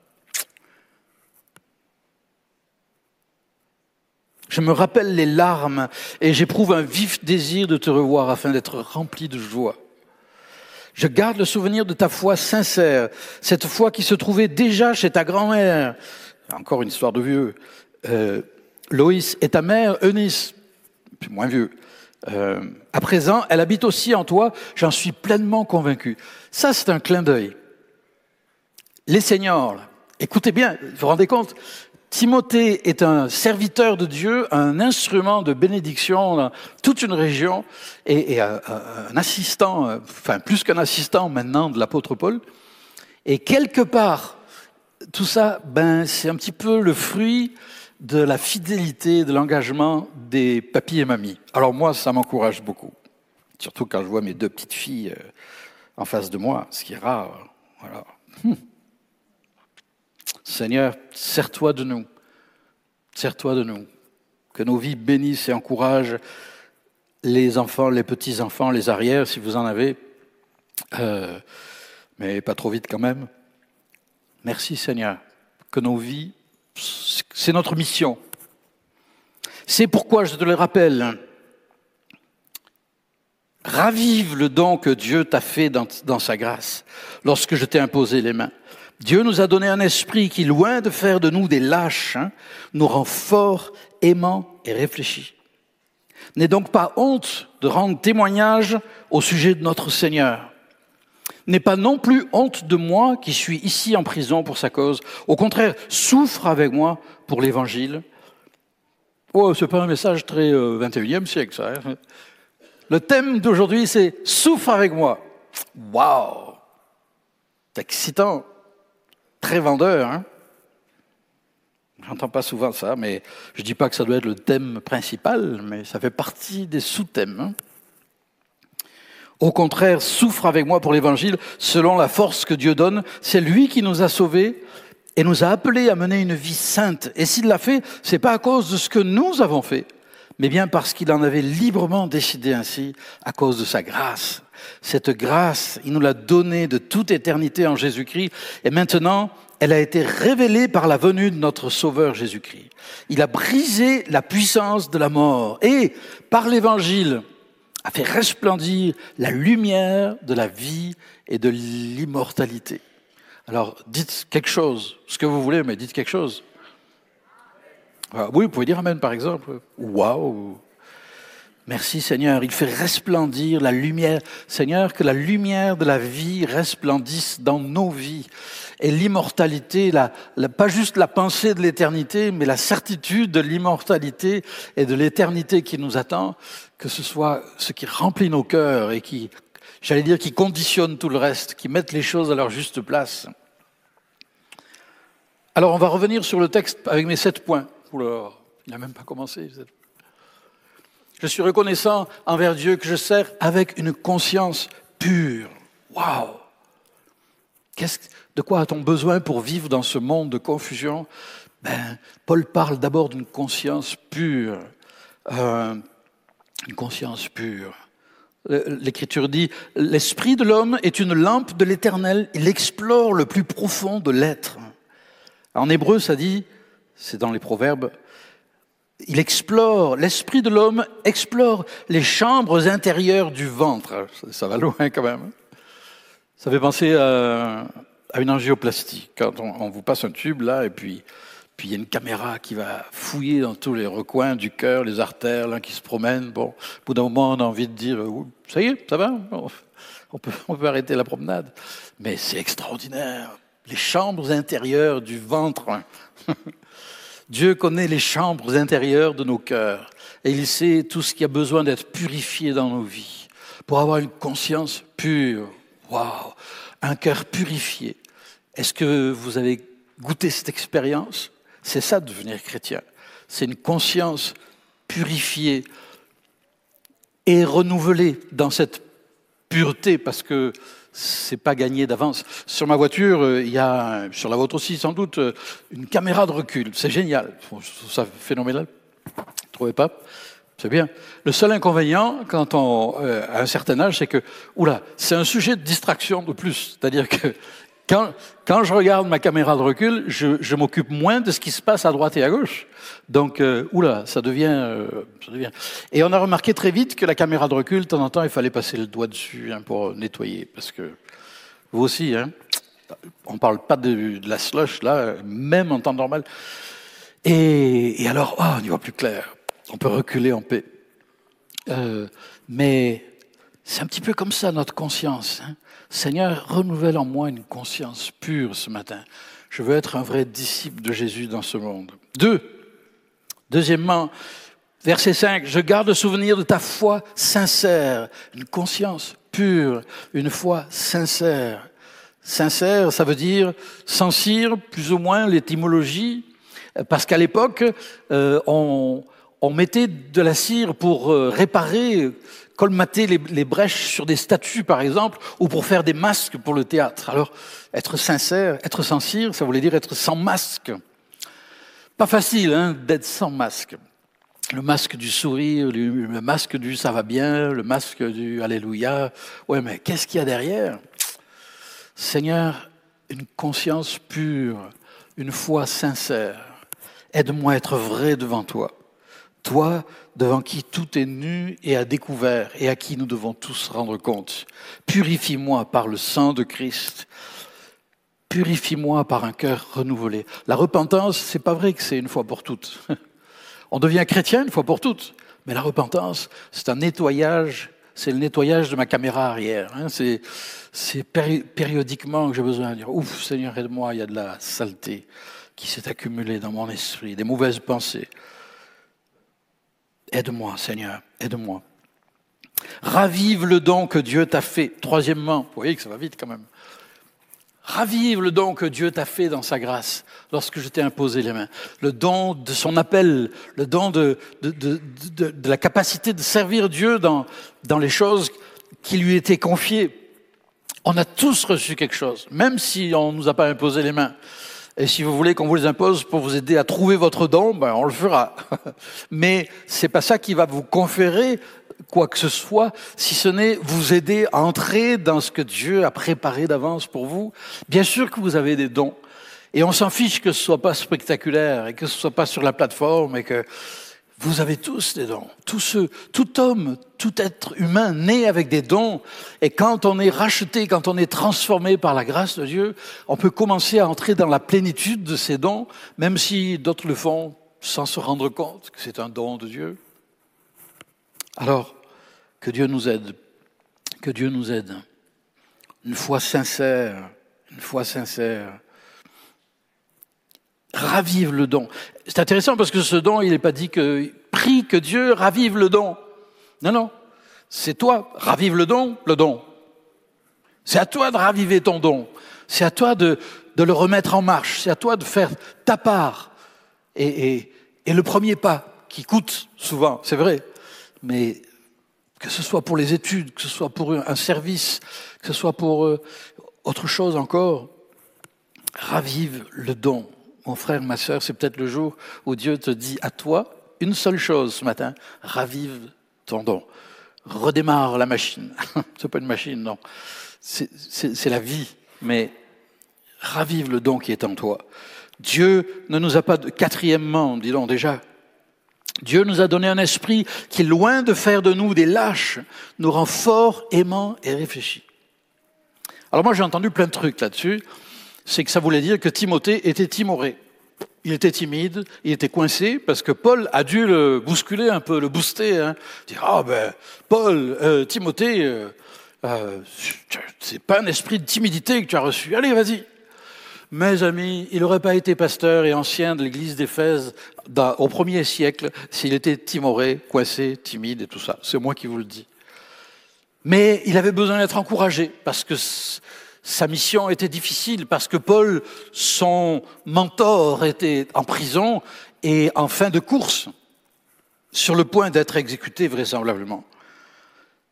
Je me rappelle les larmes et j'éprouve un vif désir de te revoir afin d'être rempli de joie. Je garde le souvenir de ta foi sincère, cette foi qui se trouvait déjà chez ta grand-mère. Encore une histoire de vieux. Euh, Loïs et ta mère, Eunice, moins vieux. Euh, à présent, elle habite aussi en toi, j'en suis pleinement convaincu. Ça, c'est un clin d'œil. Les seigneurs, là, écoutez bien, vous vous rendez compte, Timothée est un serviteur de Dieu, un instrument de bénédiction dans toute une région et, et un, un assistant, enfin plus qu'un assistant maintenant de l'apôtre Paul. Et quelque part, tout ça, ben, c'est un petit peu le fruit de la fidélité, de l'engagement des papis et mamies. Alors moi, ça m'encourage beaucoup. Surtout quand je vois mes deux petites filles en face de moi, ce qui est rare. Voilà. Hum. Seigneur, sers-toi de nous. Sers-toi de nous. Que nos vies bénissent et encouragent les enfants, les petits-enfants, les arrières, si vous en avez. Euh, mais pas trop vite quand même. Merci Seigneur. Que nos vies, c'est notre mission. C'est pourquoi, je te le rappelle, ravive le don que Dieu t'a fait dans, dans sa grâce, lorsque je t'ai imposé les mains. Dieu nous a donné un esprit qui, loin de faire de nous des lâches, hein, nous rend forts, aimants et réfléchis. N'aie donc pas honte de rendre témoignage au sujet de notre Seigneur. N'aie pas non plus honte de moi qui suis ici en prison pour sa cause. Au contraire, souffre avec moi pour l'Évangile. Oh, c'est pas un message très euh, vingt et unième siècle, ça. Hein. Le thème d'aujourd'hui, c'est « Souffre avec moi ». Waouh, c'est excitant. Très vendeur, hein. J'entends pas souvent ça, mais je dis pas que ça doit être le thème principal, mais ça fait partie des sous-thèmes. Hein. Au contraire, souffre avec moi pour l'Évangile, selon la force que Dieu donne. C'est lui qui nous a sauvés et nous a appelés à mener une vie sainte. Et s'il l'a fait, c'est pas à cause de ce que nous avons fait, mais bien parce qu'il en avait librement décidé ainsi, à cause de sa grâce. Cette grâce, il nous l'a donnée de toute éternité en Jésus-Christ, et maintenant, elle a été révélée par la venue de notre Sauveur Jésus-Christ. Il a brisé la puissance de la mort, et par l'Évangile, a fait resplendir la lumière de la vie et de l'immortalité. Alors, dites quelque chose, ce que vous voulez, mais dites quelque chose. Ah, oui, vous pouvez dire amen, par exemple. Waouh! Merci Seigneur, il fait resplendir la lumière. Seigneur, que la lumière de la vie resplendisse dans nos vies. Et l'immortalité, la, la, pas juste la pensée de l'éternité, mais la certitude de l'immortalité et de l'éternité qui nous attend, que ce soit ce qui remplit nos cœurs et qui, j'allais dire, qui conditionne tout le reste, qui mette les choses à leur juste place. Alors on va revenir sur le texte avec mes sept points. Oula, il n'a même pas commencé. Je suis reconnaissant envers Dieu que je sers avec une conscience pure. Waouh! Qu'est-ce, de quoi a-t-on besoin pour vivre dans ce monde de confusion? Ben, Paul parle d'abord d'une conscience pure. Euh, une conscience pure. L'Écriture dit, l'esprit de l'homme est une lampe de l'Éternel. Il explore le plus profond de l'être. En hébreu, ça dit, c'est dans les Proverbes, il explore, l'esprit de l'homme explore les chambres intérieures du ventre. Ça va loin quand même. Ça fait penser à, à une angioplastie. Quand on, on vous passe un tube là, et puis, puis il y a une caméra qui va fouiller dans tous les recoins du cœur, les artères là, qui se promènent. Bon, au bout d'un moment, on a envie de dire, ça y est, ça va, on peut, on peut arrêter la promenade. Mais c'est extraordinaire. Les chambres intérieures du ventre. Dieu connaît les chambres intérieures de nos cœurs et il sait tout ce qui a besoin d'être purifié dans nos vies pour avoir une conscience pure. Waouh, un cœur purifié. Est-ce que vous avez goûté cette expérience? C'est ça de devenir chrétien. C'est une conscience purifiée et renouvelée dans cette pureté parce que c'est pas gagné d'avance. Sur ma voiture, il y a, sur la vôtre aussi sans doute, une caméra de recul. C'est génial. Je trouve ça phénoménal. Vous ne trouvez pas? C'est bien. Le seul inconvénient, quand on euh, à un certain âge, c'est que, oula, c'est un sujet de distraction de plus. C'est-à-dire que quand, quand je regarde ma caméra de recul, je, je m'occupe moins de ce qui se passe à droite et à gauche. Donc, euh, oula, ça devient, euh, ça devient. Et on a remarqué très vite que la caméra de recul, de temps en temps, il fallait passer le doigt dessus hein, pour nettoyer, parce que vous aussi, hein, on parle pas de, de la slush là, même en temps normal. Et, et alors, oh, on y voit plus clair. On peut reculer en paix. Euh, mais c'est un petit peu comme ça notre conscience. Hein. Seigneur, renouvelle en moi une conscience pure ce matin. Je veux être un vrai disciple de Jésus dans ce monde. Deux. Deuxièmement, verset cinq, je garde souvenir de ta foi sincère, une conscience pure, une foi sincère. Sincère, ça veut dire sans cire, plus ou moins l'étymologie, parce qu'à l'époque, euh, on, on mettait de la cire pour euh, réparer, colmater les, les brèches sur des statues, par exemple, ou pour faire des masques pour le théâtre. Alors, être sincère, être sans cire, ça voulait dire être sans masque. Pas facile, hein, d'être sans masque. Le masque du sourire, le, le masque du ça va bien, le masque du alléluia. Ouais, mais qu'est-ce qu'il y a derrière? Seigneur, une conscience pure, une foi sincère. Aide-moi à être vrai devant toi. Toi, devant qui tout est nu et à découvert, et à qui nous devons tous rendre compte. Purifie-moi par le sang de Christ. Purifie-moi par un cœur renouvelé. La repentance, c'est pas vrai que c'est une fois pour toutes. On devient chrétien une fois pour toutes. Mais la repentance, c'est un nettoyage, c'est le nettoyage de ma caméra arrière. Hein. C'est, c'est péri- périodiquement que j'ai besoin de dire, ouf, Seigneur, aide-moi, il y a de la saleté qui s'est accumulée dans mon esprit, des mauvaises pensées. Aide-moi, Seigneur, aide-moi. Ravive le don que Dieu t'a fait. Troisièmement, vous voyez que ça va vite quand même. Ravive le don que Dieu t'a fait dans sa grâce, lorsque je t'ai imposé les mains. Le don de son appel, le don de, de, de, de, de la capacité de servir Dieu dans, dans les choses qui lui étaient confiées. On a tous reçu quelque chose, même si on ne nous a pas imposé les mains. Et si vous voulez qu'on vous les impose pour vous aider à trouver votre don, ben on le fera. Mais c'est pas ça qui va vous conférer quoi que ce soit, si ce n'est vous aider à entrer dans ce que Dieu a préparé d'avance pour vous. Bien sûr que vous avez des dons. Et on s'en fiche que ce soit pas spectaculaire et que ce soit pas sur la plateforme et que vous avez tous des dons. Tous ceux, tout homme, tout être humain né avec des dons. Et quand on est racheté, quand on est transformé par la grâce de Dieu, on peut commencer à entrer dans la plénitude de ces dons, même si d'autres le font sans se rendre compte que c'est un don de Dieu. Alors, que Dieu nous aide, que Dieu nous aide. Une foi sincère, une foi sincère. Ravive le don. C'est intéressant parce que ce don, il n'est pas dit que, prie que Dieu ravive le don. Non, non. C'est toi, ravive le don, le don. C'est à toi de raviver ton don. C'est à toi de, de le remettre en marche. C'est à toi de faire ta part. Et, et, et le premier pas, qui coûte souvent, c'est vrai. Mais que ce soit pour les études, que ce soit pour un service, que ce soit pour euh, autre chose encore, ravive le don. Mon frère, ma sœur, c'est peut-être le jour où Dieu te dit à toi une seule chose ce matin, ravive ton don. Redémarre la machine. C'est pas une machine, non. C'est, c'est, c'est la vie, mais ravive le don qui est en toi. Dieu ne nous a pas... De... Quatrièmement, dis donc déjà, Dieu nous a donné un esprit qui, loin de faire de nous des lâches, nous rend forts, aimants et réfléchis. Alors moi, j'ai entendu plein de trucs là-dessus. C'est que ça voulait dire que Timothée était timoré. Il était timide, il était coincé, parce que Paul a dû le bousculer un peu, le booster. Hein. Dire, ah ben, Paul, euh, Timothée, euh, euh, c'est pas un esprit de timidité que tu as reçu. Allez, vas-y. Mes amis, il n'aurait pas été pasteur et ancien de l'église d'Éphèse dans, au premier siècle s'il était timoré, coincé, timide et tout ça. C'est moi qui vous le dis. Mais il avait besoin d'être encouragé, parce que sa mission était difficile, parce que Paul, son mentor, était en prison et en fin de course, sur le point d'être exécuté vraisemblablement.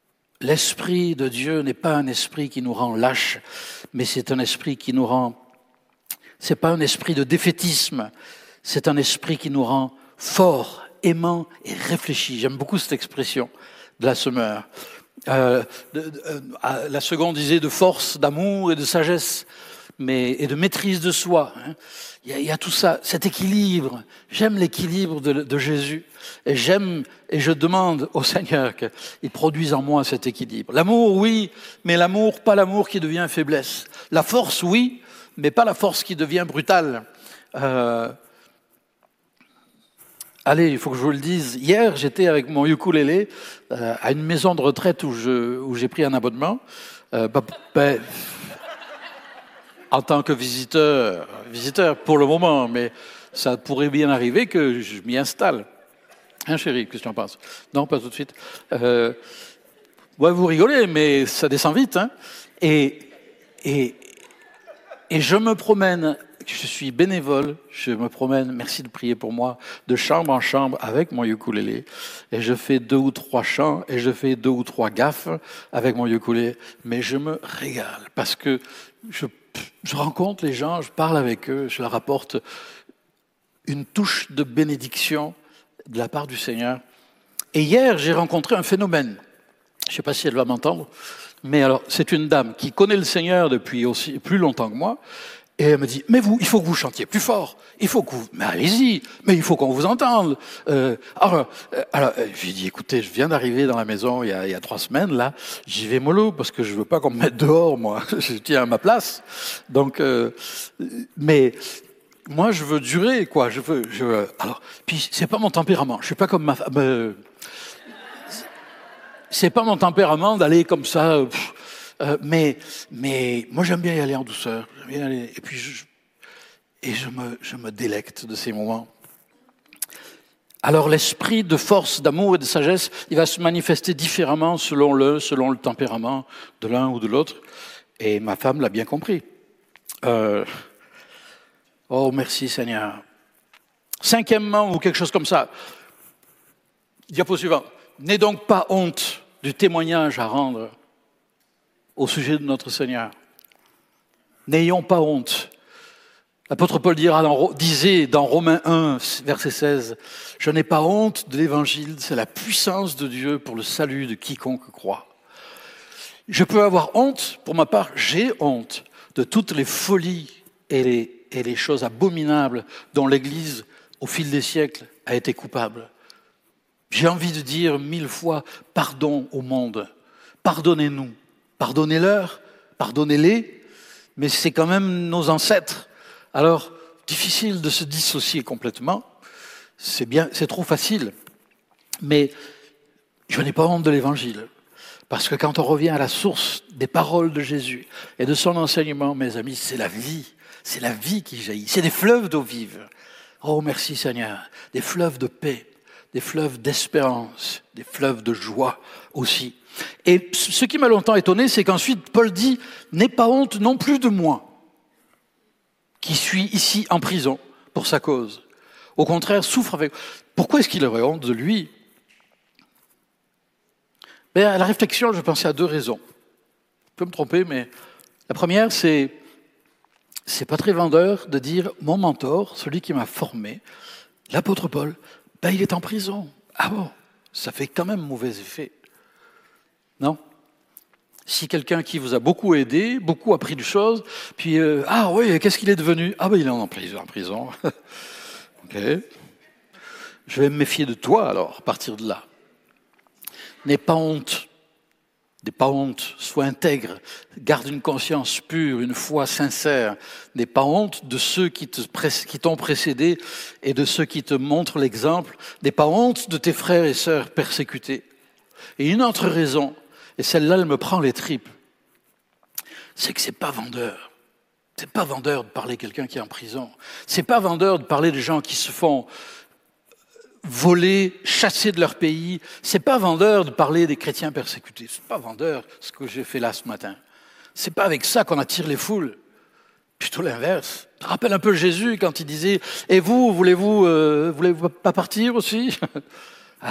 l'esprit de Dieu n'est pas un esprit qui nous rend lâches, mais c'est un esprit qui nous rend... C'est pas un esprit de défaitisme, c'est un esprit qui nous rend forts, aimants et réfléchis. J'aime beaucoup cette expression de la semeur. Euh, de, de, euh, la seconde disait de force, d'amour et de sagesse, mais et de maîtrise de soi. Hein. Il y a, il y a tout ça, cet équilibre. J'aime l'équilibre de, de Jésus, et j'aime et je demande au Seigneur qu'il produise en moi cet équilibre. L'amour, oui, mais l'amour, pas l'amour qui devient faiblesse. La force, oui, mais pas la force qui devient brutale. Euh, Allez, il faut que je vous le dise. Hier, j'étais avec mon ukulélé euh, à une maison de retraite où, je, où j'ai pris un abonnement. Euh, bah, bah, en tant que visiteur, visiteur pour le moment, mais ça pourrait bien arriver que je m'y installe. Hein, chérie, qu'est-ce que tu en penses? Non, pas tout de suite. Euh, ouais, vous rigolez, mais ça descend vite. Hein. Et, et, et je me promène... Je suis bénévole, je me promène, merci de prier pour moi, de chambre en chambre avec mon ukulélé. Et je fais deux ou trois chants et je fais deux ou trois gaffes avec mon ukulélé. Mais je me régale parce que je, je rencontre les gens, je parle avec eux, je leur apporte une touche de bénédiction de la part du Seigneur. Et hier, j'ai rencontré un phénomène. Je ne sais pas si elle va m'entendre, mais alors, c'est une dame qui connaît le Seigneur depuis aussi plus longtemps que moi. Et elle me dit, mais vous, il faut que vous chantiez plus fort. Il faut que vous, mais allez-y, mais il faut qu'on vous entende. Euh, alors, euh, alors, j'ai dit, écoutez, je viens d'arriver dans la maison il y a, il y a trois semaines, là. J'y vais mollo parce que je veux pas qu'on me mette dehors, moi. Je tiens à ma place. Donc, euh, mais moi, je veux durer, quoi. Je veux, je veux. Alors, puis c'est pas mon tempérament. Je suis pas comme ma femme. Euh, c'est pas mon tempérament d'aller comme ça. Pff, Euh, mais, mais moi, j'aime bien y aller en douceur. J'aime bien y aller, et puis, je, et je me, je me délecte de ces moments. Alors, l'esprit de force, d'amour et de sagesse, il va se manifester différemment selon le, selon le tempérament de l'un ou de l'autre. Et ma femme l'a bien compris. Euh, oh, merci Seigneur. Cinquièmement, ou quelque chose comme ça. Diapo suivant. N'aie donc pas honte du témoignage à rendre au sujet de notre Seigneur. N'ayons pas honte. L'apôtre Paul dira dans, disait dans Romains un, verset seize, « Je n'ai pas honte de l'Évangile, c'est la puissance de Dieu pour le salut de quiconque croit. » Je peux avoir honte, pour ma part, j'ai honte de toutes les folies et les, et les choses abominables dont l'Église, au fil des siècles, a été coupable. J'ai envie de dire mille fois pardon au monde. Pardonnez-nous. Pardonnez-leur, pardonnez-les, mais c'est quand même nos ancêtres. Alors, difficile de se dissocier complètement, c'est bien, c'est trop facile. Mais je n'ai pas honte de l'Évangile, parce que quand on revient à la source des paroles de Jésus et de son enseignement, mes amis, c'est la vie, c'est la vie qui jaillit, c'est des fleuves d'eau vive. Oh, merci Seigneur, des fleuves de paix, des fleuves d'espérance, des fleuves de joie aussi. Et ce qui m'a longtemps étonné, c'est qu'ensuite Paul dit « N'aie pas honte non plus de moi, qui suis ici en prison pour sa cause. Au contraire, souffre avec... » Pourquoi est-ce qu'il aurait honte de lui? Ben, à la réflexion, je pensais à deux raisons. Je peux me tromper, mais la première, c'est c'est pas très vendeur de dire « Mon mentor, celui qui m'a formé, l'apôtre Paul, ben, il est en prison. » Ah bon, ça fait quand même mauvais effet. Non? Si quelqu'un qui vous a beaucoup aidé, beaucoup appris de choses, puis euh, ah oui, qu'est-ce qu'il est devenu? Ah ben il est en prison. En prison. Ok. Je vais me méfier de toi alors, à partir de là. N'aie pas honte. N'aie pas honte. Sois intègre. Garde une conscience pure, une foi sincère. N'aie pas honte de ceux qui, te, qui t'ont précédé et de ceux qui te montrent l'exemple. N'aie pas honte de tes frères et sœurs persécutés. Et une autre raison, et celle-là, elle me prend les tripes, c'est que c'est pas vendeur. C'est pas vendeur de parler de quelqu'un qui est en prison. C'est pas vendeur de parler de gens qui se font voler, chasser de leur pays. C'est pas vendeur de parler des chrétiens persécutés. C'est pas vendeur ce que j'ai fait là ce matin. C'est pas avec ça qu'on attire les foules. Plutôt l'inverse. Je rappelle un peu Jésus quand il disait « Et vous, voulez-vous, euh, voulez-vous pas partir aussi ?»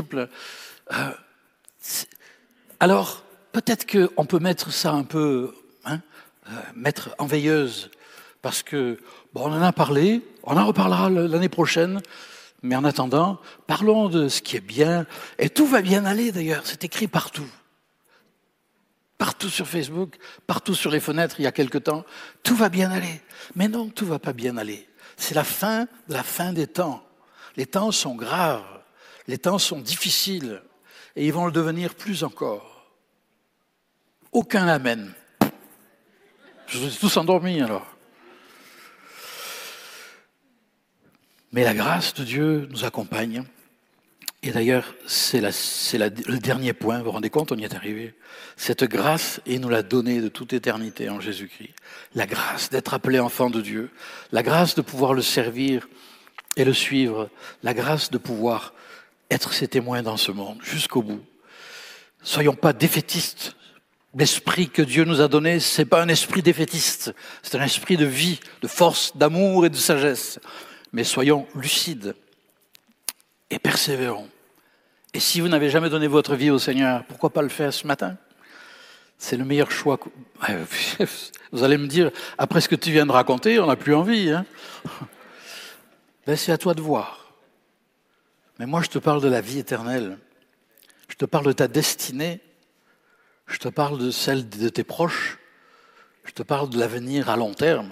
À ses disciples. Euh, Alors, peut-être qu'on peut mettre ça un peu, hein, euh, mettre en veilleuse, parce que, bon, on en a parlé, on en reparlera l'année prochaine, mais en attendant, parlons de ce qui est bien, et tout va bien aller d'ailleurs, c'est écrit partout. Partout sur Facebook, partout sur les fenêtres il y a quelque temps, tout va bien aller. Mais non, tout va pas bien aller. C'est la fin de la fin des temps. Les temps sont graves, les temps sont difficiles, et ils vont le devenir plus encore. Aucun amen. Je vous ai tous endormis alors. Mais la grâce de Dieu nous accompagne. Et d'ailleurs, c'est, la, c'est la, le dernier point, vous vous rendez compte, on y est arrivé. Cette grâce, il nous l'a donnée de toute éternité en Jésus-Christ. La grâce d'être appelé enfant de Dieu, la grâce de pouvoir le servir et le suivre, la grâce de pouvoir être ses témoins dans ce monde, jusqu'au bout. Soyons pas défaitistes. L'esprit que Dieu nous a donné, c'est pas un esprit défaitiste, c'est un esprit de vie, de force, d'amour et de sagesse. Mais soyons lucides et persévérons. Et si vous n'avez jamais donné votre vie au Seigneur, pourquoi pas le faire ce matin? C'est le meilleur choix. Vous allez me dire, après ce que tu viens de raconter, on n'a plus envie. Hein, ben, c'est à toi de voir. Mais moi, je te parle de la vie éternelle. Je te parle de ta destinée. Je te parle de celle de tes proches. Je te parle de l'avenir à long terme.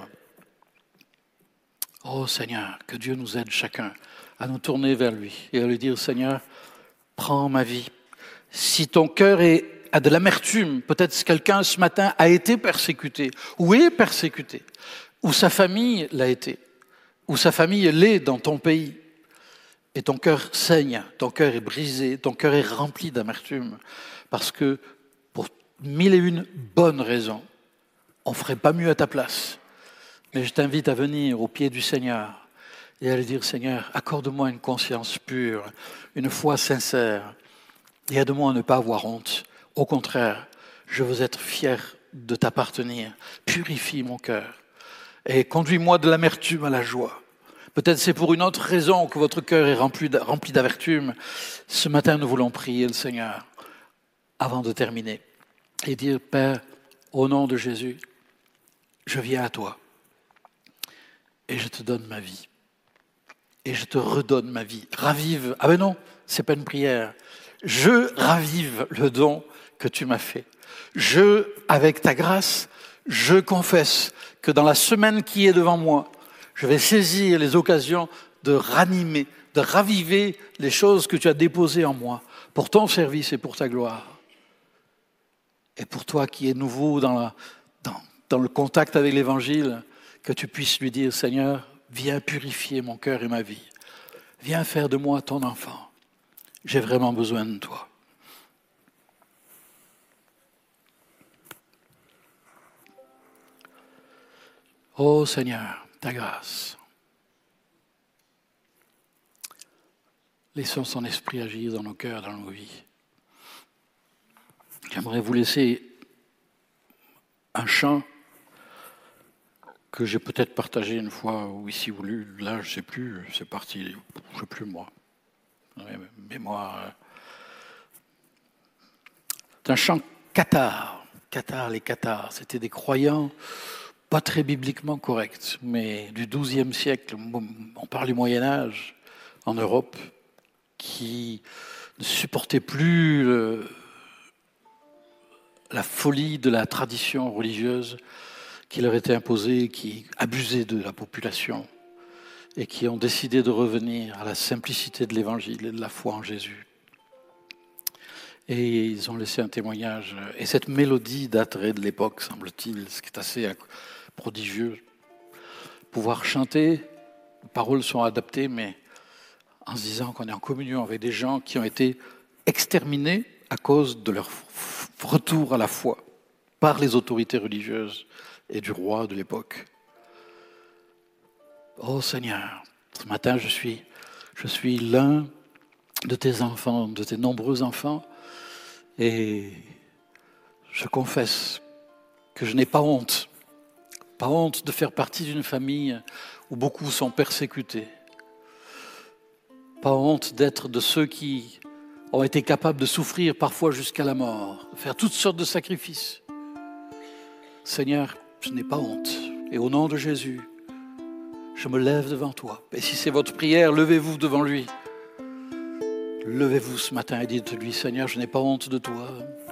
Oh Seigneur, que Dieu nous aide chacun à nous tourner vers lui et à lui dire, Seigneur, prends ma vie. Si ton cœur est, a de l'amertume, peut-être quelqu'un ce matin a été persécuté, ou est persécuté, ou sa famille l'a été, ou sa famille l'est dans ton pays, et ton cœur saigne, ton cœur est brisé, ton cœur est rempli d'amertume, parce que pour mille et une bonnes raisons, on ne ferait pas mieux à ta place. Mais je t'invite à venir au pied du Seigneur et à lui dire, Seigneur, accorde-moi une conscience pure, une foi sincère, et aide-moi à ne pas avoir honte. Au contraire, je veux être fier de t'appartenir. Purifie mon cœur et conduis-moi de l'amertume à la joie. Peut-être c'est pour une autre raison que votre cœur est rempli d'amertume. Ce matin, nous voulons prier le Seigneur avant de terminer et dire, Père, au nom de Jésus, je viens à toi et je te donne ma vie. Et je te redonne ma vie. Ravive. Ah ben non, c'est pas une prière. Je ravive le don que tu m'as fait. Je, avec ta grâce, je confesse que dans la semaine qui est devant moi, je vais saisir les occasions de ranimer, de raviver les choses que tu as déposées en moi pour ton service et pour ta gloire. Et pour toi qui es nouveau dans, la, dans, dans le contact avec l'Évangile, que tu puisses lui dire, Seigneur, viens purifier mon cœur et ma vie. Viens faire de moi ton enfant. J'ai vraiment besoin de toi. Oh Seigneur, ta grâce. Laissons son esprit agir dans nos cœurs, dans nos vies. J'aimerais vous laisser un chant que j'ai peut-être partagé une fois ou ici ou là, je ne sais plus, c'est parti, je ne sais plus moi. Mémoire. C'est un chant cathare. Cathare, les cathares, c'était des croyants pas très bibliquement corrects, mais du douzième siècle, on parle du Moyen-Âge, en Europe, qui ne supportaient plus le, la folie de la tradition religieuse qui leur était imposée, qui abusaient de la population et qui ont décidé de revenir à la simplicité de l'Évangile et de la foi en Jésus. Et ils ont laissé un témoignage. Et cette mélodie daterait de l'époque, semble-t-il, ce qui est assez prodigieux. Pouvoir chanter, les paroles sont adaptées, mais en se disant qu'on est en communion avec des gens qui ont été exterminés à cause de leur retour à la foi par les autorités religieuses et du roi de l'époque. Oh Seigneur, ce matin je suis, je suis l'un de tes enfants, de tes nombreux enfants, et je confesse que je n'ai pas honte, pas honte de faire partie d'une famille où beaucoup sont persécutés, pas honte d'être de ceux qui ont été capables de souffrir parfois jusqu'à la mort, de faire toutes sortes de sacrifices. Seigneur, je n'ai pas honte. Et au nom de Jésus, je me lève devant toi. Et si c'est votre prière, levez-vous devant lui. Levez-vous ce matin et dites-lui, Seigneur, je n'ai pas honte de toi.